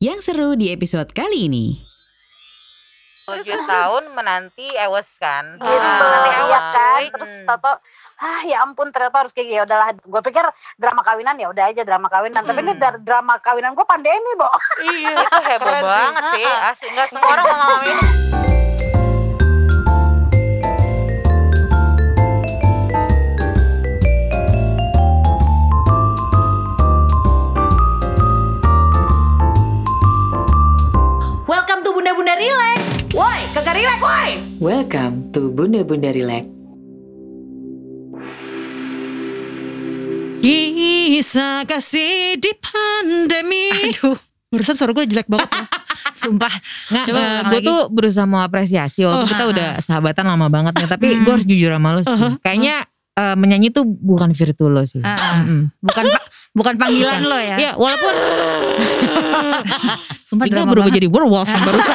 yang seru di episode kali ini. 7 tahun menanti Ewes kan. Gitu, Menanti iya Ewes kan. cuy. Terus Toto, ya ampun ternyata harus kayak ya udahlah. Gue pikir drama kawinan ya udah aja drama kawinan. Tapi ini drama kawinan gue pandemi, Bo. Iya. Itu heboh banget sih. Asli enggak semua orang ngomongin. Welcome to Bunda-Bunda Relax. Woi, kagak relax woi. Welcome to Bunda-Bunda Relax. Kisah kasih di pandemi. Aduh, Barusan suara gue jelek banget ya. sumpah. Nggak, Coba ulang gue lagi. tuh berusaha mau apresiasi walaupun kita udah sahabatan lama banget nih. Tapi gue harus jujur sama lo sih. Kayaknya menyanyi tuh bukan virtu lo sih. Bukan panggilan lo ya. Iya, walaupun Sumpah kita drama berubah banget. jadi werewolf barusan.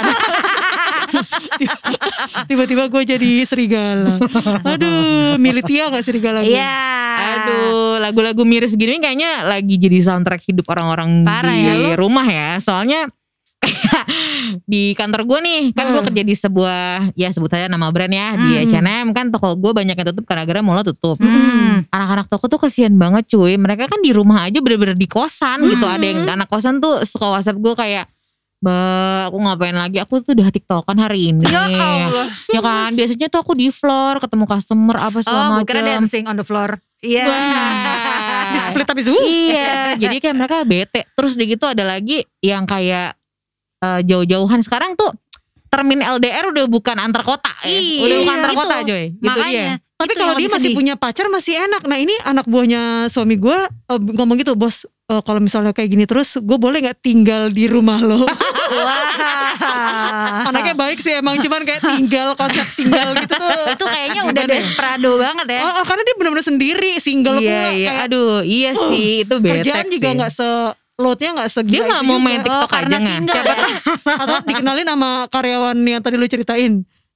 Tiba-tiba gue jadi serigala. Aduh, milih Tia gak serigala gue? Iya. Aduh, lagu-lagu miris gini kayaknya lagi jadi soundtrack hidup orang-orang Parah di ya, lo. rumah ya. Soalnya di kantor gue nih, kan gue kerja di sebuah, ya sebut aja nama brand ya, di H&M kan toko gue banyak yang tutup gara-gara mall tutup. Anak-anak toko tuh kesian banget cuy. Mereka kan di rumah aja bener-bener di kosan gitu. Ada yang anak kosan tuh suka WhatsApp gue kayak, Mbak, aku ngapain lagi? Aku tuh udah TikTokan hari ini. Ya Allah. Ya kan, biasanya tuh aku di floor ketemu customer apa segala Oh, gue kira macam. dancing on the floor. Iya. Di split habis Iya, jadi kayak mereka bete. Terus udah gitu ada lagi yang kayak jauh-jauhan sekarang tuh termin LDR udah bukan antar kota ya. Iya, Udah bukan antar itu. kota coy. Gitu Makanya. dia. Tapi Itu kalau yang dia lebih masih sedih. punya pacar masih enak. Nah ini anak buahnya suami gue ngomong gitu, bos, kalau misalnya kayak gini terus gue boleh gak tinggal di rumah lo? Wah. Anaknya baik sih emang, cuman kayak konsep tinggal gitu tuh. Itu kayaknya udah Gimana ya? desperado banget ya. Karena dia benar-benar sendiri, single Iya, pula. iya. Kayak Aduh, iya sih itu bete kerjaan juga sih. gak loadnya gak segila Dia gak itu mau juga. main TikTok karena aja gak? single Siapa ya. Atau dikenalin sama karyawan yang tadi lu ceritain.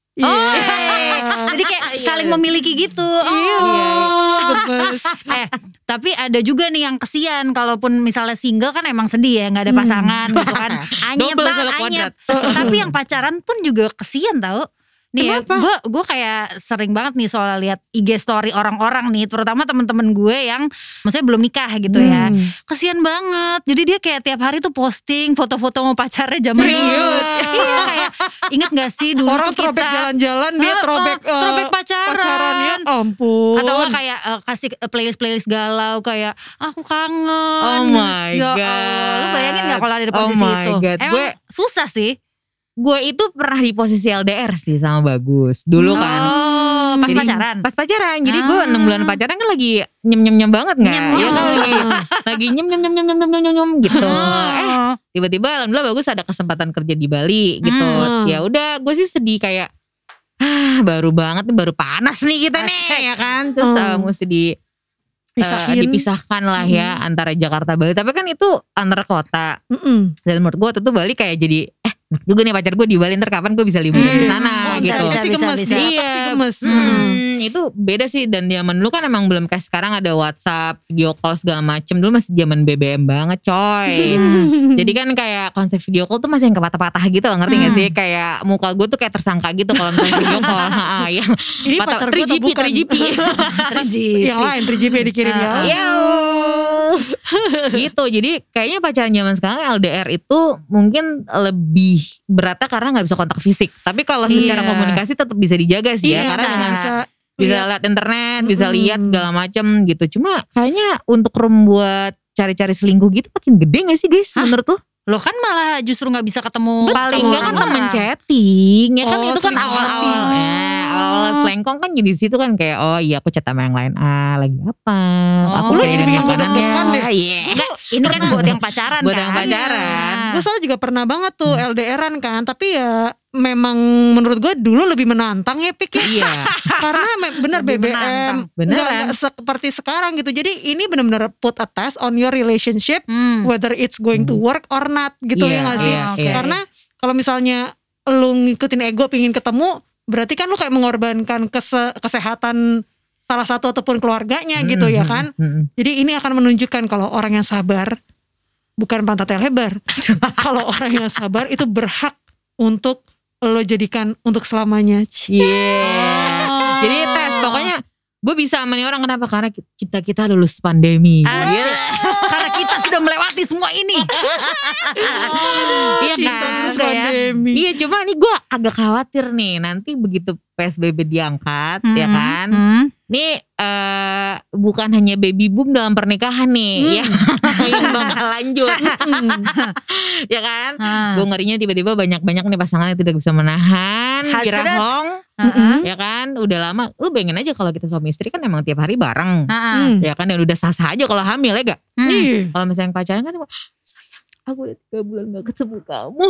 Jadi kayak saling memiliki gitu. Iya. Gemes. Tapi ada juga nih yang kesian. Kalaupun misalnya single kan emang sedih ya, nggak ada pasangan gitu kan. Anyep Double banget, kalau anyep. Tapi yang pacaran pun juga kesian tau. Nih ya, gue kayak sering banget nih soal lihat IG story orang-orang nih, terutama temen-temen gue yang maksudnya belum nikah gitu ya. Kesian banget. Jadi dia kayak tiap hari tuh posting foto-foto sama pacarnya zaman dulu. Iya, kayak inget gak sih dulu Orang tuh throwback kita jalan-jalan, dia throwback pacaran. pacarannya, ampun. Atau enggak kayak kasih playlist galau kayak aku kangen. Oh my Ya God. Allah, lu bayangin gak kalau ada di posisi Oh my itu? God. Emang susah sih. Gue itu pernah di posisi LDR sih sama Bagus dulu kan. Oh, pas Jadi, pacaran. Pas pacaran. Jadi gue 6 bulan pacaran kan lagi nyem-nyem banget gak? Nyem. Iya kan lagi nyem gitu. Tiba-tiba alhamdulillah Bagus ada kesempatan kerja di Bali gitu. Ya udah gue sih sedih kayak baru banget nih, baru panas nih kita nih ya kan. Terus mesti dipisahkan lah ya antara Jakarta Bali. Tapi kan itu antar kota. Dan menurut gue waktu itu Bali kayak jadi enak juga nih pacar gue di Bali, ntar kapan gue bisa liburan ke sana gitu. bisa. Iya, gemes. itu beda sih. Dan zaman dulu kan emang belum kayak sekarang ada WhatsApp, video call segala macem. Dulu masih zaman BBM banget coy. Jadi kan kayak konsep video call tuh masih yang kepatah-patah gitu, ngerti gak sih? Kayak muka gue tuh kayak tersangka gitu kalau misalnya video call. Yang Ini pacar gue atau 3GP, bukan? 3GP. Yang lain 3GP dikirim ya. Gitu. Jadi kayaknya pacaran zaman sekarang LDR itu mungkin lebih beratnya karena gak bisa kontak fisik. Tapi kalau secara komunikasi tetap bisa dijaga sih ya. Karena dengan bisa lihat internet, bisa lihat segala macem gitu. Cuma kayaknya untuk room buat cari-cari selingkuh gitu makin gede gak sih guys menurut tuh? Lo kan malah justru gak bisa ketemu. Paling enggak kan temen chatting ya kan, itu kan selingkuh awal-awalnya. Awal-awal selengkong kan jadi situ kan kayak oh iya aku chat sama yang lain. Lagi apa? Aku lu kayak jadi bikin gue makanannya. deg-degan deh. Iya. Enggak, ini kan buat yang pacaran Buat kan. yang pacaran. Gue soalnya juga pernah banget tuh LDRan kan. Tapi ya memang menurut gue dulu lebih menantang ya Pik ya. Iya. Karena bener Lebih BBM menantang. Beneran. nggak seperti sekarang gitu. Jadi ini benar-benar put a test on your relationship, whether it's going to work or not gitu. Iya, ya gak sih? iya, iya. Karena kalau misalnya lu ngikutin ego pingin ketemu, berarti kan lu kayak mengorbankan kesehatan salah satu ataupun keluarganya gitu ya kan. Jadi ini akan menunjukkan kalau orang yang sabar bukan pantatnya lebar. Kalau orang yang sabar itu berhak untuk lo jadikan untuk selamanya. Jadi tes pokoknya gue bisa sama nih orang, kenapa? Karena kita lulus pandemi. Karena kita sudah melewati semua ini. Iya kan? Pandemi. Iya, cuma nih gue agak khawatir nih nanti begitu PSBB diangkat, ya kan? Nih bukan hanya baby boom dalam pernikahan nih, yang bakal lanjut, ya kan? Gue ngerinya tiba-tiba banyak nih pasangan yang tidak bisa menahan girahong, ya kan? Udah lama, lu bayangin aja kalau kita suami istri kan emang tiap hari bareng, ya kan? Dan udah sah-sah aja kalau hamil ya gak? Kalau misalnya pacaran kan, sayang, aku udah 3 bulan gak ketemu kamu.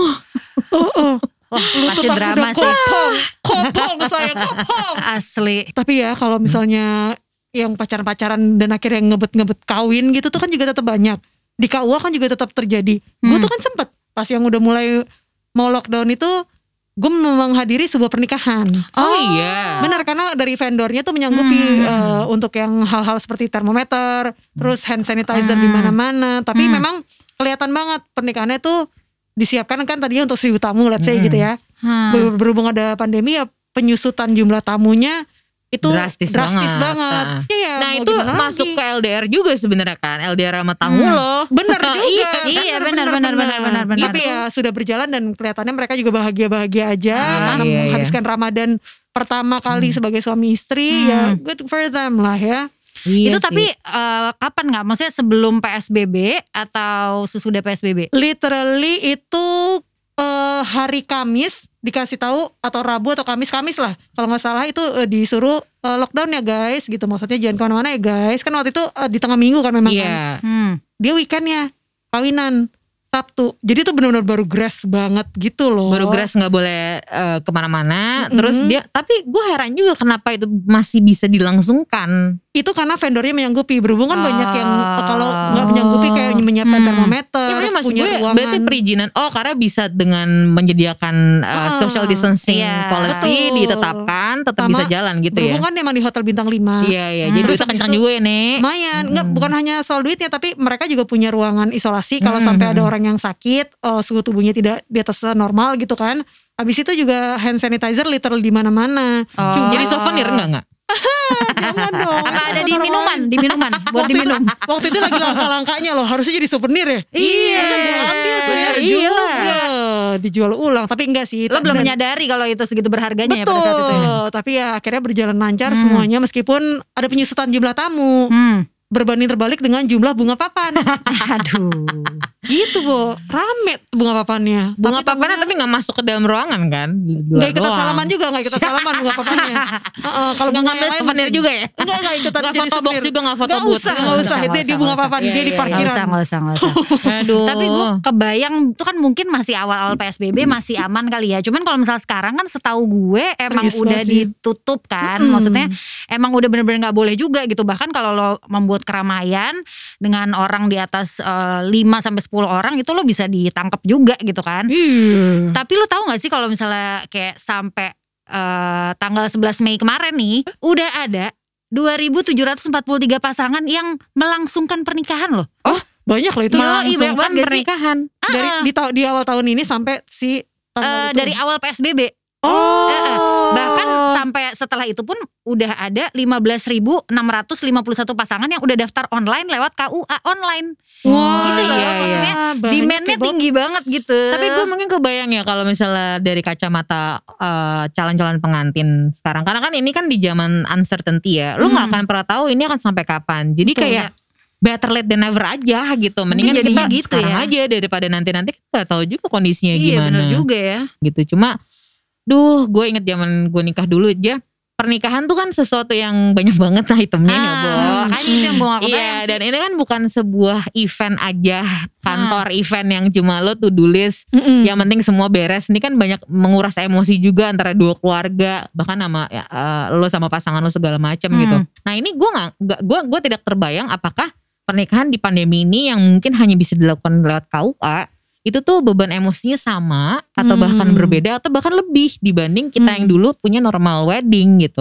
Lu pasti tuh drama udah sih. kopong saya kopong. Asli. Tapi ya kalau misalnya yang pacaran-pacaran dan akhirnya ngebet-ngebet kawin gitu tuh kan juga tetap banyak. Di KUA kan juga tetap terjadi. Gue tuh kan sempet pas yang udah mulai mau lockdown itu gue menghadiri sebuah pernikahan. Oh iya. Benar, karena dari vendornya tuh menyanggupi untuk yang hal-hal seperti termometer, terus hand sanitizer di mana-mana. Tapi memang kelihatan banget pernikahannya tuh disiapkan kan tadinya untuk 1.000 tamu, let's say gitu ya. Berhubung ada pandemi ya penyusutan jumlah tamunya itu drastis banget. Iya, nah itu masuk ke LDR juga sebenarnya kan, LDR sama tamu loh. Bener juga. Iya benar. Tapi ya sudah berjalan dan kelihatannya mereka juga bahagia aja karena menghabiskan Ramadan pertama kali sebagai suami istri. Ya good for them lah ya. Iya itu sih. tapi kapan nggak? Maksudnya sebelum PSBB atau sesudah PSBB? Literally itu hari Kamis dikasih tahu, atau Rabu atau Kamis lah kalau nggak salah, itu disuruh lockdown ya guys gitu, maksudnya jangan kemana-mana ya guys, kan waktu itu di tengah minggu kan memang kan. Dia weekendnya kawinan Sabtu, jadi itu benar-benar baru grass banget gitu loh. Baru grass nggak boleh kemana-mana. Terus dia, tapi gue heran juga kenapa itu masih bisa dilangsungkan. Itu karena vendornya menyanggupi, berhubung kan banyak yang kalau nggak menyanggupi kayak menyiapkan termometer, Ya, maksud punya gue ruangan. berarti perizinan. Oh, karena bisa dengan menyediakan social distancing policy betul. ditetapkan, tetap Sama bisa jalan gitu ya. berhubung kan emang di hotel bintang 5. Iya. Jadi Terus duitnya habis kencang itu juga ya Nek. lumayan, nggak, bukan hanya soal duitnya, tapi mereka juga punya ruangan isolasi kalau sampai ada orang yang sakit, suhu tubuhnya tidak di atas normal gitu kan. Habis itu juga hand sanitizer literal di mana-mana. Jadi souvenir enggak? Jangan dong. Apa ada di minuman buat diminum? Waktu itu lagi langka-langkanya loh, harusnya jadi souvenir ya. Iya. Masa gue ambil tuh ya, Iya. dijual ulang. Tapi enggak sih. Lo belum menyadari kalau itu segitu berharganya ya pada saat itu ya? Tapi ya akhirnya berjalan lancar semuanya, meskipun ada penyusutan jumlah tamu. Berbanding terbalik dengan jumlah bunga papan. Aduh. Gitu Bo, rame bunga papannya. Bunga papannya tapi gak masuk ke dalam ruangan kan? Gak ikutan salaman juga, gak ikutan salaman bunga papannya. Kalau bunga ngambil yang lain souvenir mungkin. juga ya? Enggak ikutan Gak jadi foto box souvenir. juga, gak foto booth. Gak usah. Itu di bunga papan, dia di parkiran. Nggak usah. Aduh. Tapi gue kebayang itu kan mungkin masih awal-awal PSBB masih aman kali ya. Cuman kalau misal sekarang kan setahu gue emang Serius udah banget sih. ditutup kan. Maksudnya emang udah bener-bener gak boleh juga gitu. Bahkan kalau lo membuat keramaian dengan orang di atas 5-10 orang itu lo bisa ditangkap juga gitu kan. Tapi lo tahu gak sih kalau misalnya kayak sampai tanggal 11 Mei kemarin nih udah ada 2.743 pasangan yang melangsungkan pernikahan loh. Banyak loh itu. banget Melangsungkan gak sih? pernikahan. Dari di awal tahun ini sampai si tanggal itu. Dari awal PSBB. Bahkan sampai setelah itu pun udah ada 15.651 pasangan yang udah daftar online lewat KUA online. Wah, Gitu loh, iya. maksudnya Banyak demand-nya ya, Bob. tinggi banget gitu. Tapi gue mungkin kebayang ya kalau misalnya dari kacamata calon-calon pengantin sekarang. Karena kan ini kan di zaman uncertainty ya. Lu gak akan pernah tahu ini akan sampai kapan. Jadi Betul. kayak better late than never aja gitu. Mendingan kita jadinya gitu sekarang ya. aja daripada nanti-nanti kita gak tahu juga kondisinya iya gimana. bener juga ya. Gitu. Cuma gue inget zaman gue nikah dulu aja. Pernikahan tuh kan sesuatu yang banyak banget lah itemnya nih Bo. Makanya itu yang gue gak kebayang Iya, sih. dan ini kan bukan sebuah event aja, kantor event yang cuma lo to-do list, yang penting semua beres. Ini kan banyak menguras emosi juga antara dua keluarga, bahkan sama lo sama pasangan lo segala macam gitu. Nah ini gue tidak terbayang apakah pernikahan di pandemi ini yang mungkin hanya bisa dilakukan lewat KUA, itu tuh beban emosinya sama atau bahkan berbeda atau bahkan lebih dibanding kita yang dulu punya normal wedding gitu.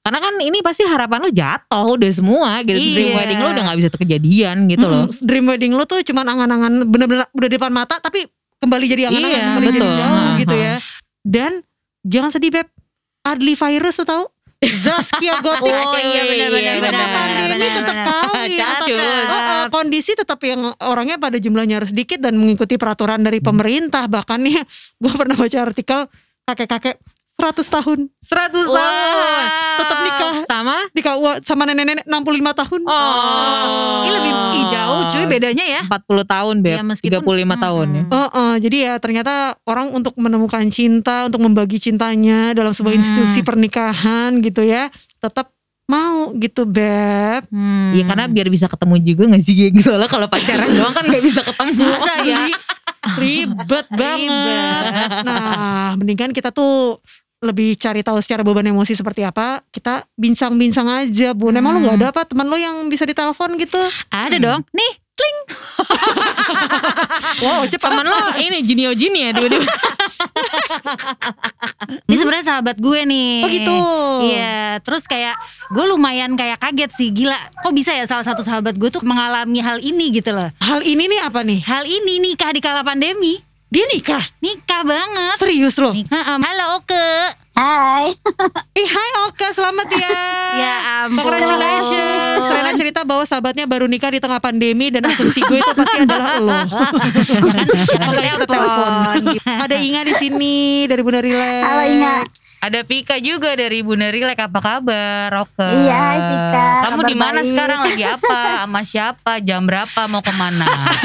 Karena kan ini pasti harapan lo jatuh udah semua gitu. Dream Iya. wedding lo udah gak bisa kejadian gitu loh. Dream wedding lu tuh cuman angan-angan bener-bener udah di depan mata tapi kembali jadi angan-angan, Iya, kembali jadi betul. jauh gitu Ha-ha. ya. Dan jangan sedih Beb, Adli Virus tuh tahu? Zaskia Gotik. Oh iya benar-benar. Di tengah pandemi tetap kawin. Cakep. Kondisi tetap yang orangnya pada jumlahnya harus sedikit dan mengikuti peraturan dari pemerintah. Bahkan nih gue pernah baca artikel kakek-kakek 100 tahun 100 tahun. tetap nikah Sama? di KUA sama nenek-nenek 65 tahun. Oh. Ini lebih jauh cuy bedanya ya. 40 tahun Beb, Ya, meskipun- 35 tahun ya. Jadi ya ternyata orang untuk menemukan cinta, untuk membagi cintanya dalam sebuah institusi pernikahan gitu ya, tetap mau gitu Beb. Iya karena biar bisa ketemu juga gak sih geng. Soalnya kalau pacaran doang kan gak bisa ketemu. Susah ya. Ribet banget. Nah, mendingan kita tuh lebih cari tahu secara beban emosi seperti apa. Kita bincang-bincang aja, Bun. Emang lu gak ada apa teman lo yang bisa ditelepon gitu? Ada dong. Nih, kling. Wow, cepat. Temen lo ini Jinio-Jin ya tiba-tiba. Ini sebenarnya sahabat gue nih. Oh gitu. Iya, terus kayak gue lumayan kayak kaget sih, gila. Kok bisa ya salah satu sahabat gue tuh mengalami hal ini gitu loh. Hal ini nih apa nih? Hal ini nikah di kala pandemi. Dia nikah? Nikah banget. Serius loh? Halo Oke. Hai. Hai Oka, selamat ya. Ya ampun. Congratulations. Rena cerita bahwa sahabatnya baru nikah di tengah pandemi dan asumsi gue itu pasti adalah lo. Makanya udah telepon. Ada Inga di sini dari Bunda Rilek. Halo Inga. Ada Pika juga dari Bunda Rilek, apa kabar? Oke. Iya, hai, Pika. Kamu Kabar di mana baik. sekarang, lagi apa? Sama siapa? Jam berapa? Mau kemana?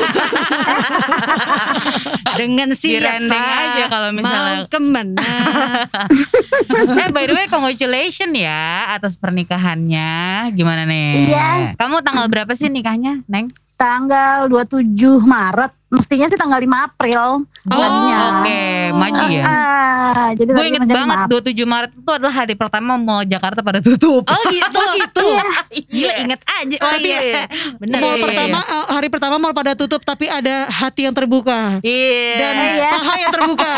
Dengan siapa? Direndeng aja kalau misalnya. Mau kemana? By the way, congratulations ya atas pernikahannya. Gimana nih? Iya. Kamu tanggal berapa sih nikahnya, Neng? Tanggal 27 Maret. Mestinya sih tanggal 5 April. Tadinya. Oke, maju ya. Jadi Gue tadinya inget menjadi banget 27 Maret itu adalah hari pertama Mall Jakarta pada tutup. Oh gitu. Gila inget aja. Oh Tapi iya. Bener. Mall Iya, pertama, hari pertama mall pada tutup tapi ada hati yang terbuka. Iya. Dan Iya. paha yang terbuka.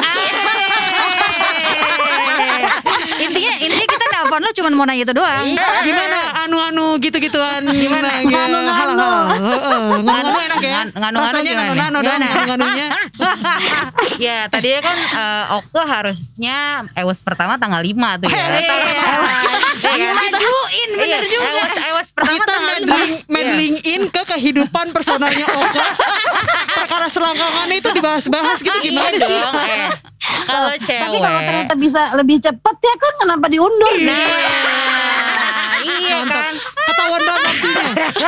Intinya kita nelpon lo cuma mau nanya itu doang. Gimana anu-anu gitu-gituan. Gimana? Nganu-nganu. Halal-halal. Nganu-nganu enak ya. Nganu-nganu Rasanya gimana? nano-nano dong nganu-nganunya. Ya tadinya kan Oke harusnya Ewas pertama tanggal 5 tuh ya. Majuin bener Iya, juga. Ewas pertama Kita tanggal 5. meddling in ke kehidupan personalnya Oka. Perkara selangkangannya itu dibahas-bahas gitu gimana Iya sih? dong, kalau Tapi cewek. kalau ternyata bisa lebih cepet ya kan kenapa diundur? Iya kan. Ketahuan banget maksudnya.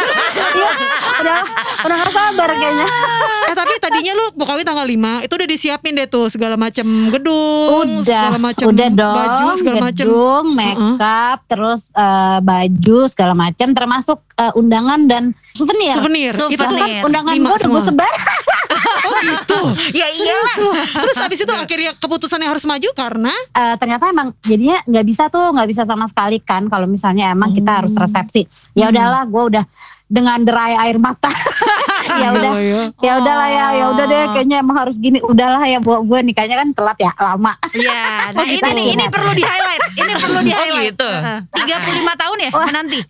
Udah gak sabar kayaknya. Tapi tadinya lu mau kawin tanggal 5 itu udah disiapin deh tuh segala macam gedung, segala macam udah dong, baju, segala macam. gedung, makeup, terus baju segala macam, termasuk undangan dan souvenir. Souvenir. Souvenir. Itu tuh Kan undangan 5 gue udah semua. gue sebar. Oh gitu. Ya Serius lu. Terus abis itu akhirnya keputusan yang harus maju karena Ternyata emang jadinya nggak bisa sama sekali kan kalau misalnya emang kita harus resepsi. Ya udahlah, gue udah dengan derai air mata. Ya udah. Ya udahlah ya udah deh kayaknya emang harus gini. Udahlah ya buat gue nikahnya kan telat ya lama. Iya. Nah gitu. ini perlu di highlight. Ini perlu di highlight. gitu. 35 tahun ya menanti.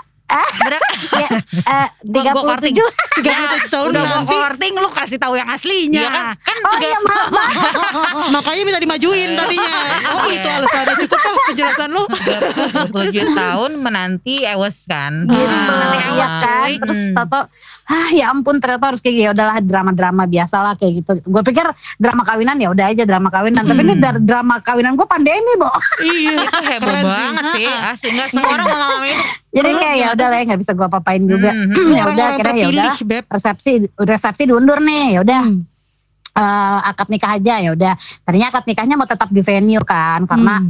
Ya, 37. 37 tahun Udah mau nanti. courting lu kasih tahu yang aslinya. Iya kan Oh iya maaf. Makanya minta dimajuin tadinya. Oh itu alasannya, cukup lah penjelasan lu. 27 tahun menanti Ewas kan. Gitu. nanti Iya awas, kan. coy. Terus Toto, ya ampun ternyata harus kayak ya udahlah drama-drama biasa lah kayak gitu. Gue pikir drama kawinan ya udah aja drama kawinan. Tapi ini drama kawinan gue pandemi, Bo. Iya. Itu heboh banget sih. Asli nggak semua orang mengalami itu. Jadi kayak ya udah lah ya nggak bisa gue apa-apain juga. Ya udah Orang-orang akhirnya ya udah terpilih, Beb. resepsi diundur nih. Ya udah. Akad nikah aja ya udah. Tadinya akad nikahnya mau tetap di venue kan karena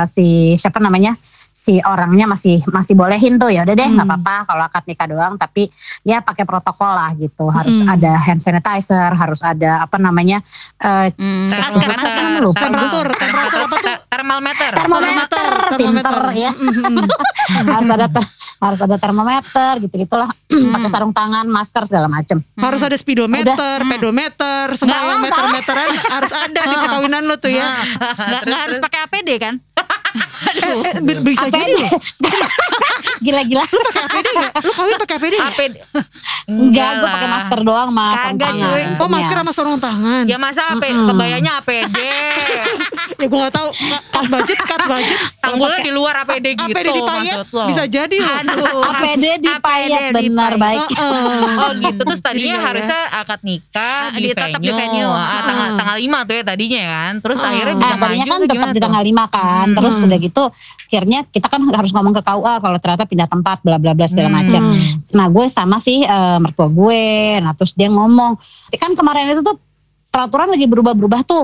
si orangnya masih bolehin tuh, ya udah deh nggak apa-apa kalau akad nikah doang, tapi ya pakai protokol lah gitu, harus ada hand sanitizer, harus ada masker Temperatur apa tuh? Termometer. termometer pinter ya. harus ada termometer gitu-gitulah. Pakai sarung tangan, masker segala macem. Harus ada speedometer, pedometer, semua yang meter-meteran harus ada di perkawinan lo tuh ya. Nggak harus pakai APD kan? Bisa jadi loh. Gila-gila. Lu pakai APD gak? Lu kawin pakai APD gak? APD. Enggak, gue pakai masker doang mas. Kagak, cuy. Oh masker sama sarung tangan. Ya masa kebayanya APD. Ya gue gak tahu. Cut budget. Sanggulnya di luar APD gitu APD dipayat maksud lo. bisa jadi loh. Aduh. APD dipayat benar baik. Oh gitu. Terus tadinya Jadi harusnya akad nikah di tetap di venue. Tanggal 5 tuh ya tadinya kan. Terus akhirnya bisa Tadinya maju kan tuh tetap gimana di tuh? tanggal 5 kan. Terus udah gitu akhirnya kita kan harus ngomong ke KUA kalau ternyata pindah tempat bla bla bla segala macam. Nah gue sama sih mertua gue. Nah terus dia ngomong, kan kemarin itu tuh peraturan lagi berubah-berubah tuh.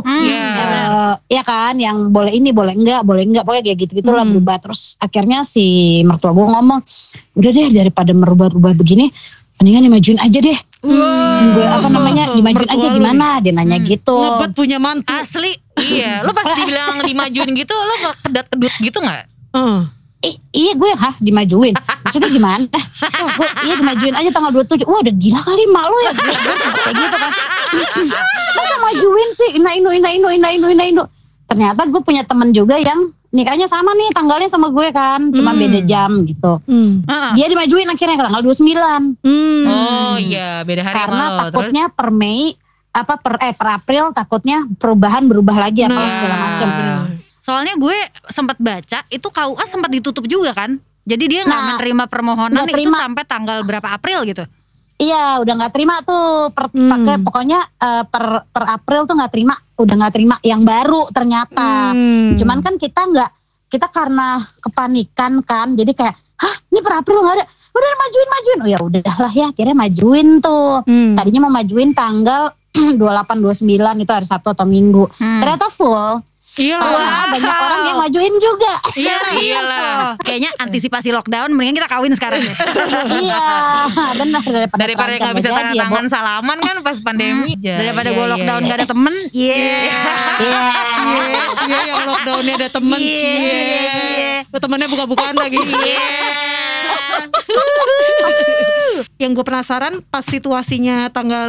Ya kan, yang boleh ini, boleh enggak pokoknya kayak gitu-gitu lah berubah. Terus akhirnya si mertua gue ngomong, udah deh daripada merubah-rubah begini, mendingan dimajuin aja deh. Gue dimajuin aja gimana? Dia nanya gitu. Ngebet punya mantu. Asli. Iya, lo pas dibilang dimajuin gitu, lo kedat-kedut gitu nggak? Iya gue dimajuin. Maksudnya gimana? Gue dimajuin aja tanggal 27. Wah udah gila kali mak lu ya. Gue kayak gitu kan. Masa majuin sih? Ina. Ternyata gue punya temen juga yang nikahnya sama nih tanggalnya sama gue kan. Cuma beda jam gitu. Dia dimajuin akhirnya ke tanggal 29. Oh iya, beda hari Karena sama lo. takutnya per Mei per April takutnya berubah lagi apa segala macam. Soalnya gue sempat baca itu KUA sempat ditutup juga kan. Jadi dia nggak menerima permohonan nggak itu terima. sampai tanggal berapa April gitu. Iya udah gak terima tuh pakai pokoknya per April tuh udah gak terima yang baru ternyata. Cuman kan kita karena kepanikan kan jadi kayak ini per April gak ada, udah majuin. Oh ya udahlah ya akhirnya majuin tuh. Tadinya mau majuin tanggal 28-29 itu hari Sabtu atau Minggu. Ternyata full. Iya Karena banyak orang yang majuin juga. Iyalah. Kayaknya antisipasi lockdown mendingan kita kawin sekarang ya. Iya benar Daripada nggak bisa tanda tangan salaman kan pas pandemi. Daripada gue lockdown gak ada temen. Cie yang lockdownnya ada temen. Cie temennya buka-bukaan lagi. Yang gue penasaran pas situasinya tanggal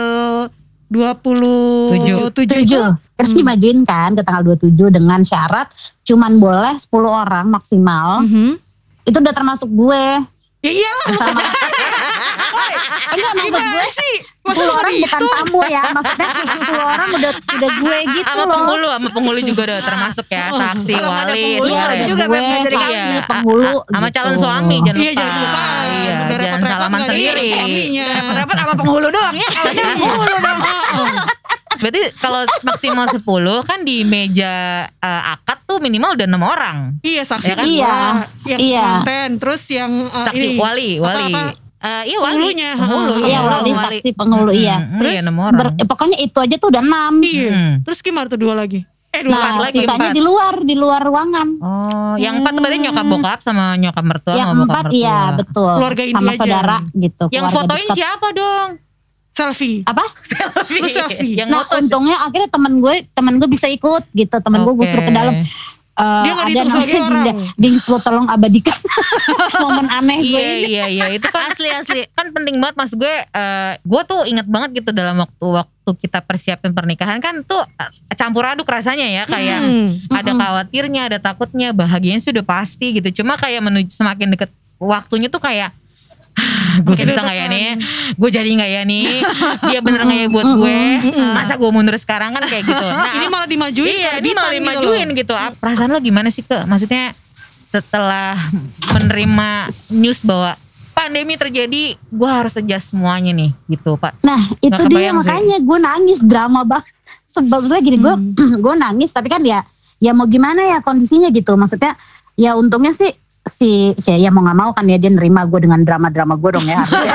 27 Karena dimajuin kan ke tanggal 27 dengan syarat cuman boleh 10 orang maksimal. Itu udah termasuk gue. Ya iyalah. Sama enggak maksud gue sih 10 orang bukan tamu ya. Maksudnya 10 orang udah gue gitu sama penghulu juga udah termasuk ya. Saksi, Kalau nggak ada wali, penghulu, semua ya. juga gue, jadi saksi, penghulu sama gitu. calon suami jangan lupa. Iya jangan lupa. Iya, jangan salaman sendiri. Repot sama penghulu doang ya. Kalau penghulu doang. Berarti kalau maksimal 10 kan di meja akad tuh minimal udah 6 orang. Iya saksi Ya kan? Iya. yang Iya. konten terus yang Saksi, ini wali. Iya wali. penghulunya. Iya wali saksi penghulu iya. Iya 6 orang. Pokoknya itu aja tuh udah 6. Iya. Terus gimana tuh 2 lagi? 2 Nah lagi, sisanya 4. di luar ruangan. Oh, yang 4 tuh berarti nyokap bokap sama nyokap mertua Yang sama bokap 4 mertua. iya betul. Keluarga inti sama aja. saudara gitu. Yang keluarga fotoin dekat. siapa dong? Selfie. Apa? Lu selfie. Yang Nah foto untungnya akhirnya temen gue bisa ikut gitu. Temen gue suruh ke dalam. Dia nggak Ada diturus lagi orang. Dings lo tolong abadikan momen aneh gue ini. Iya itu kan Asli. kan penting banget mas gue tuh inget banget gitu dalam waktu kita persiapin pernikahan kan tuh campur aduk rasanya ya kayak ada khawatirnya ada takutnya bahagianya sih udah pasti gitu cuma kayak menuju semakin deket waktunya tuh kayak gue bisa gak ya nih gue jadi gak ya nih dia bener gak ya buat gue masa gue mundur sekarang kan kayak gitu nah, Ini malah dimajuin. iya karena ini malah ditan dimajuin gitu perasaan lo gimana sih maksudnya setelah menerima news bahwa pandemi terjadi gue harus adjust semuanya nih gitu pak. Nah itu Nggak dia kebayang sih. makanya gue nangis drama banget. Sebab saya gini gue nangis tapi kan ya mau gimana ya kondisinya gitu. Maksudnya ya untungnya sih ya mau gak mau kan ya dia nerima gue dengan drama-drama gue dong ya harusnya.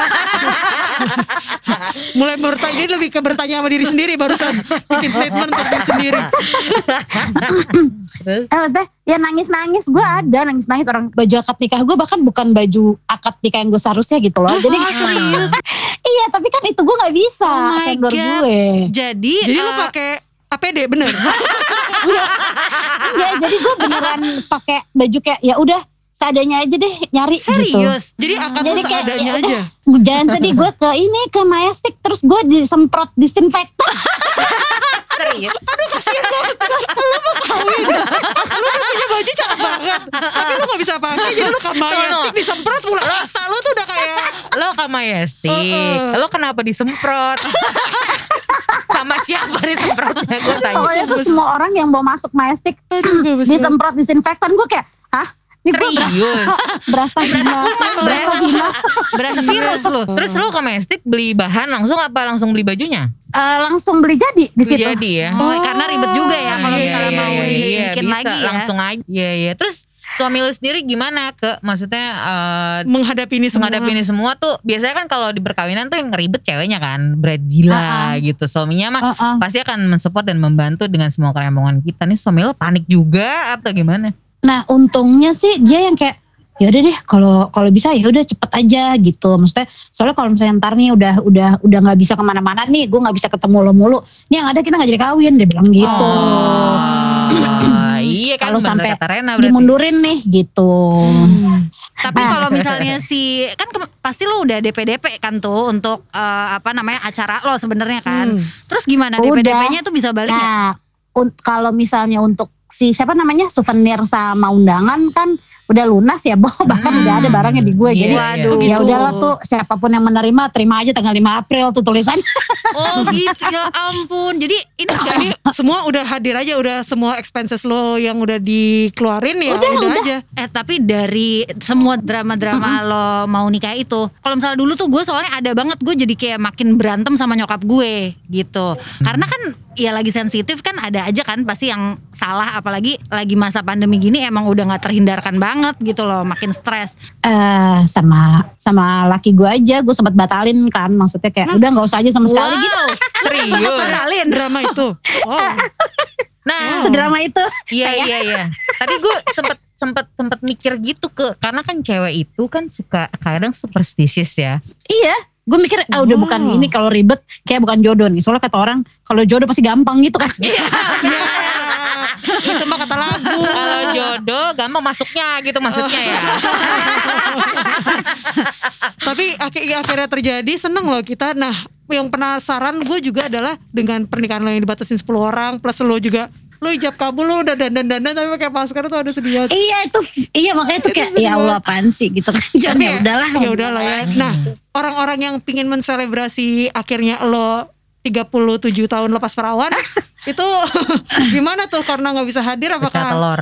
Mulai bertanya, dia lebih ke bertanya sama diri sendiri barusan bikin statement untuk diri sendiri. Maksudnya ya nangis-nangis gue ada nangis-nangis orang baju akad nikah gue bahkan bukan baju akad nikah yang gue seharusnya gitu loh. Jadi serius? Iya tapi kan itu gue gak bisa Oh my vendor God. gue. Jadi lu pakai APD bener? Enggak jadi gue beneran pakai baju kayak ya udah seadanya aja deh nyari gitu. serius. Jadi akad Jadi tuh kayak seadanya ya aja. udah, jangan sedih gue ke Mayastik terus gue disemprot disinfektan. Iya. Aduh kasihan banget. Lu mau kawin. Lu udah punya baju cakep banget. Tapi lu gak bisa pakai. Jadi lu kamayastik disemprot pula. Rasa lu tuh udah kayak. Lo kamayastik. Lo kenapa disemprot? Sama siapa disemprotnya? Gue tanya. Pokoknya tuh semua orang yang mau masuk Majestic disemprot disinfektan, gue kayak hah? Ini gue Serius. berasa hina. Berasa virus lu. Terus lo ke Majestic beli bahan langsung apa langsung beli bajunya? Langsung beli jadi di situ. Jadi ya. Oh, karena ribet juga ya kalau Iya, misalnya iya, mau iya, dibikin bisa, lagi ya. langsung aja. Iya iya. Terus suami lu sendiri gimana maksudnya menghadapi ini semua. menghadapi ini semua tuh biasanya kan kalau di perkawinan tuh yang ribet ceweknya kan bridezilla gitu. Suaminya mah pasti akan mensupport dan membantu dengan semua kerempongan kita. Nih suami lo panik juga atau gimana? Nah untungnya sih dia yang kayak ya udah deh kalau bisa ya udah cepet aja gitu. Maksudnya soalnya kalau misalnya ntar nih udah nggak bisa kemana-mana nih, gue nggak bisa ketemu lo mulu. Nih yang ada kita nggak jadi kawin, dia bilang gitu. Iya kan Kalau bener sampai kata Rena berarti. dimundurin nih gitu. Tapi kalau misalnya kan pasti lu udah DP kan tuh untuk acara lo sebenarnya kan. Terus gimana Udah. DP-DP-nya tuh bisa balik nggak? Nah kalau misalnya untuk si siapa namanya souvenir sama undangan kan udah lunas ya, bahkan udah ada barangnya di gue. Jadi Waduh, ya gitu. udahlah tuh siapapun yang menerima terima aja tanggal 5 April tuh tulisan. Oh gitu, ya ampun. Jadi ini Jadi semua udah hadir aja, udah semua expenses lo yang udah dikeluarin ya udah aja. tapi dari semua drama-drama lo mau nikah itu, kalau misalnya dulu tuh gue soalnya ada banget, gue jadi kayak makin berantem sama nyokap gue gitu. Karena kan ya lagi sensitif kan, ada aja kan pasti yang salah, apalagi lagi masa pandemi gini emang udah gak terhindarkan banget gitu loh, makin stres. Sama laki gue aja gue sempat batalin kan, maksudnya kayak udah nggak usah aja sama sekali gitu. Serius. Batalin drama itu. Oh. Nah, Sedrama itu. Iya. Tadi gue sempet mikir gitu karena kan cewek itu kan suka kadang superstitious ya. Iya, gue mikir udah bukan ini, kalau ribet kayak bukan jodoh nih. Soalnya kata orang kalau jodoh pasti gampang gitu kan. Itu mah kata lagu. Kalau jodoh gampang masuknya gitu maksudnya ya. Tapi akhirnya terjadi, seneng loh kita. Nah yang penasaran gue juga adalah dengan pernikahan lo yang dibatasin 10 orang plus lo juga lo ijab kabul, lo udah dandan tapi pakai masker tuh ada sedih banget. Iya makanya tuh kayak ya Allah apaan sih gitu kan. Jadi ya udahlah ya. Nah orang-orang yang pingin menselebrasi akhirnya lo 37 tahun lepas perawan itu gimana tuh, karena nggak bisa hadir Pecah apakah telur.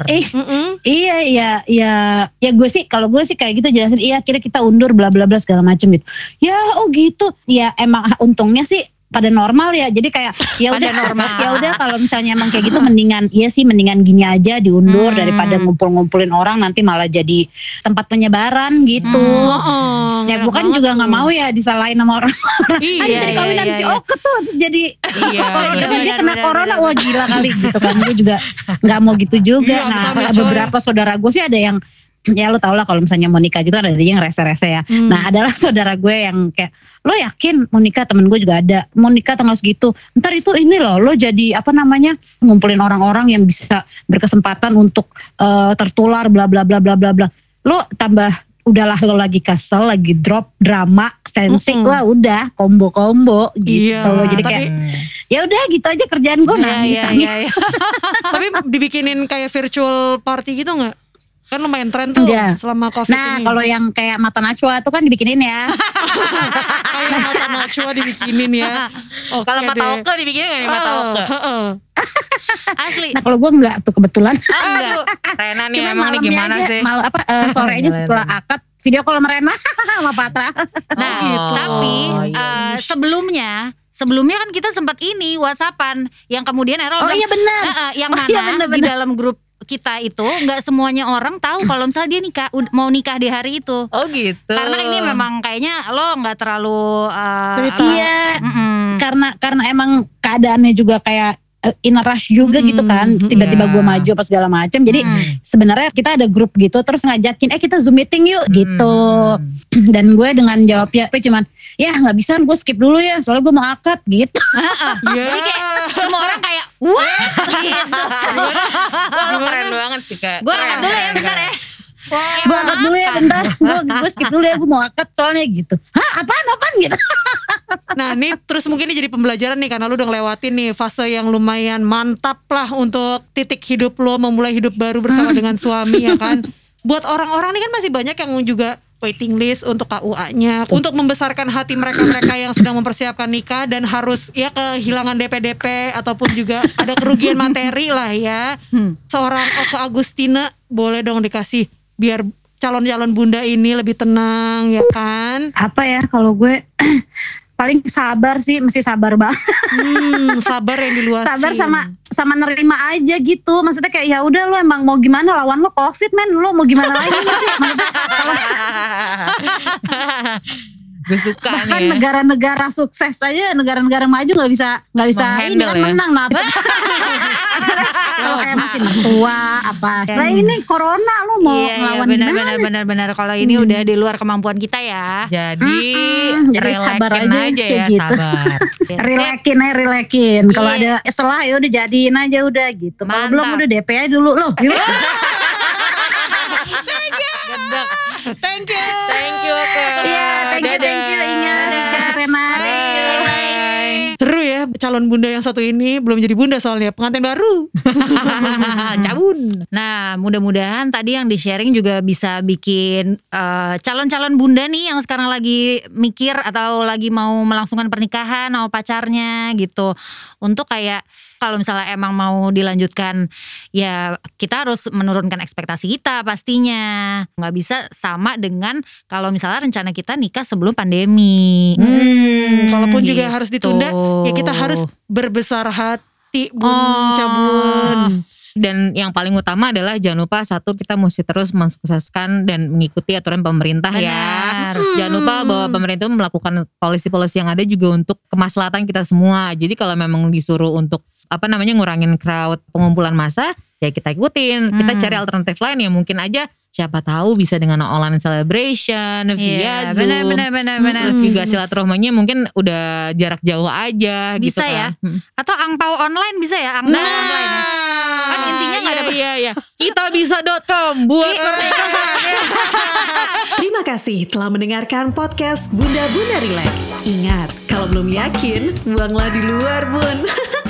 Iya gue sih kalau gue sih kayak gitu jelasin, iya akhirnya kita undur bla bla bla segala macem gitu. Ya gitu. Ya emang untungnya sih pada normal ya. Jadi kayak ya udah normal. Ya udah kalau misalnya emang kayak gitu mendingan gini aja diundur daripada ngumpul-ngumpulin orang nanti malah jadi tempat penyebaran gitu. Ya gue kan juga nggak mau ya disalahin sama orang. Iya, Jadi kawinan si Oke tuh terus jadi dia kena benar, corona, wah gila kali gitu kan. Gue juga nggak mau gitu juga. Iya, Nah betul, beberapa saudara gue sih ada yang ya lo tau lah kalau misalnya mau nikah gitu ada yang rese-rese ya. Nah adalah saudara gue yang kayak lo yakin mau nikah, temen gue juga ada mau nikah tanggal segitu, ntar itu ini lo jadi ngumpulin orang-orang yang bisa berkesempatan untuk tertular bla bla bla bla bla bla. Lo tambah udahlah lo lagi kesel, lagi drop drama sensi, wah udah kombo gitu. Iya, Jadi kayak ya udah gitu aja kerjaan gue nangis. Tapi dibikinin kayak virtual party gitu nggak? Kan lumayan tren tuh selama COVID Nah ini. kalau yang kayak Mata Najwa tuh kan dibikinin ya. Kayak Mata Najwa dibikinin ya. Kalau Mata Oke dibikinin gak nih Mata Oke? Asli. Nah kalau gue enggak tuh kebetulan. Aduh, Rena nih Cuma emang nih malamnya gimana aja, sih? sorenya setelah akad video call sama Rena sama Patra. Nah, tapi sebelumnya kan kita sempat ini WhatsAppan yang kemudian Errol Iya benar. yang mana di dalam grup kita itu nggak semuanya orang tahu kalau misalnya dia mau nikah di hari itu. Oh gitu. Karena ini memang kayaknya lo nggak terlalu Iya. Karena emang keadaannya juga kayak in a rush juga gitu kan, tiba-tiba gue maju apa segala macam. Jadi sebenarnya kita ada grup gitu terus ngajakin kita Zoom meeting yuk gitu. Dan gue dengan jawabnya cuman ya nggak bisa, gue skip dulu ya soalnya gue mau akad gitu. Jadi kayak semua orang kayak what gitu. Wah, keren banget sih Kak. Gue angkat dulu ya bentar ya. Gue angkat dulu ya bentar. Gue skip dulu ya, gue mau angkat soalnya gitu. Hah apaan gitu. Nah ini terus mungkin ini jadi pembelajaran nih, karena lu udah ngelewatin nih fase yang lumayan mantap lah untuk titik hidup lo memulai hidup baru bersama dengan suami ya kan. Buat orang-orang nih kan masih banyak yang juga waiting list untuk KUA-nya, untuk membesarkan hati mereka-mereka yang sedang mempersiapkan nikah dan harus ya kehilangan DP ataupun juga ada kerugian materi lah ya. Seorang Oka Agustina boleh dong dikasih biar calon-calon bunda ini lebih tenang ya kan. Apa ya kalau gue paling sabar sih, mesti sabar banget. Sabar yang diluasin. Sabar sama nerima aja gitu. Maksudnya kayak ya udah lo emang mau gimana, lawan lo Covid men, lo mau gimana lagi sih? Gue suka Bahkan nih ya. negara-negara sukses aja, negara-negara maju nggak bisa ini Menghandle kan ya. menang nah. Kalau kayak masih tua apa. Nah ini corona lo mau ngelawan gimana? benar. Kalau ini udah di luar kemampuan kita ya. Jadi jadi sabar relaxin aja, aja kayak ya, gitu. sabar. Relaxin. Kalau Iya. ada salah ya udah jadiin aja udah gitu. Kalau belum Mantap. udah DP aja dulu loh. Thank you. Thank you Oke. Iya, thank you Ingat, Rika, Rena. Seru ya calon bunda yang satu ini, belum jadi bunda soalnya pengantin baru. Cabun. Nah mudah-mudahan tadi yang di-sharing juga bisa bikin calon-calon bunda nih yang sekarang lagi mikir atau lagi mau melangsungkan pernikahan sama pacarnya gitu. Untuk kayak kalau misalnya emang mau dilanjutkan ya kita harus menurunkan ekspektasi kita pastinya. Nggak bisa sama dengan kalau misalnya rencana kita nikah sebelum pandemi. Kalaupun juga Gitu. harus ditunda, ya kita harus berbesar hati bun, Oh. cabun. Dan yang paling utama adalah jangan lupa satu, kita mesti terus mensukseskan dan mengikuti aturan pemerintah ya. Benar. Jangan lupa bahwa pemerintah melakukan policy-policy yang ada juga untuk kemaslahatan kita semua. Jadi kalau memang disuruh untuk ngurangin crowd, pengumpulan massa, ya kita ikutin. Kita cari alternatif lain yang mungkin aja siapa tahu bisa dengan online celebration via Iya, Zoom. benar. Terus juga silaturahminya mungkin udah jarak jauh aja gitu Bisa ya. kan. Atau angpau online bisa ya, angpau online ya. Kan intinya nggak ada iya. Kitabisa.com buat Terima kasih telah mendengarkan podcast Bunda Bunda Relax. Ingat, kalau belum yakin, buanglah di luar bun.